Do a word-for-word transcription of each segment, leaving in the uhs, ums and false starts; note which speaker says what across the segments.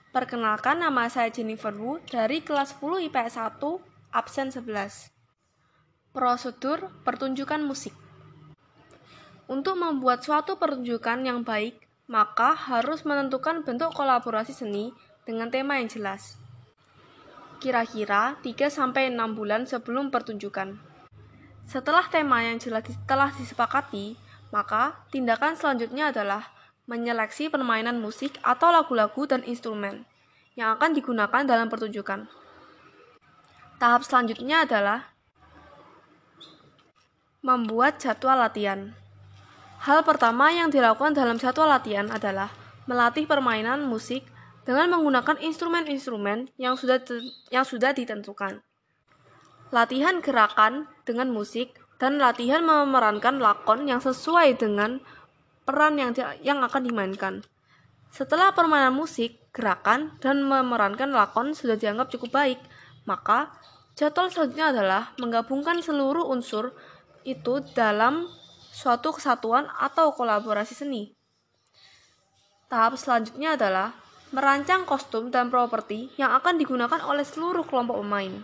Speaker 1: Perkenalkan, nama saya Jennifer Wu dari kelas sepuluh I P S satu, absen sebelas. Prosedur pertunjukan musik. Untuk membuat suatu pertunjukan yang baik, maka harus menentukan bentuk kolaborasi seni dengan tema yang jelas. Kira-kira tiga sampai enam bulan sebelum pertunjukan. Setelah tema yang jelas telah disepakati, maka tindakan selanjutnya adalah menyeleksi permainan musik atau lagu-lagu dan instrumen yang akan digunakan dalam pertunjukan. Tahap selanjutnya adalah membuat jadwal latihan. Hal pertama yang dilakukan dalam jadwal latihan adalah melatih permainan musik dengan menggunakan instrumen-instrumen yang sudah yang sudah ditentukan. Latihan gerakan dengan musik dan latihan memerankan lakon yang sesuai dengan peran yang yang akan dimainkan. Setelah permainan musik, gerakan, dan memerankan lakon sudah dianggap cukup baik, maka jadwal selanjutnya adalah menggabungkan seluruh unsur itu dalam suatu kesatuan atau kolaborasi seni. Tahap selanjutnya adalah merancang kostum dan properti yang akan digunakan oleh seluruh kelompok pemain.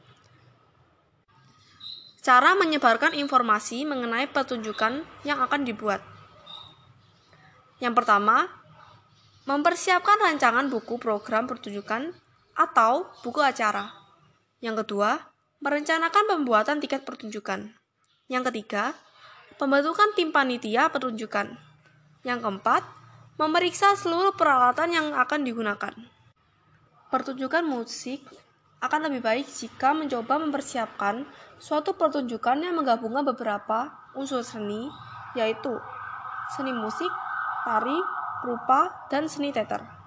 Speaker 1: Cara menyebarkan informasi mengenai pertunjukan yang akan dibuat. Yang pertama, mempersiapkan rancangan buku program pertunjukan atau buku acara. Yang kedua, merencanakan pembuatan tiket pertunjukan. Yang ketiga, pembentukan tim panitia pertunjukan. Yang keempat, memeriksa seluruh peralatan yang akan digunakan. Pertunjukan musik akan lebih baik jika mencoba mempersiapkan suatu pertunjukan yang menggabungkan beberapa unsur seni, yaitu seni musik, tari, rupa, dan seni teater.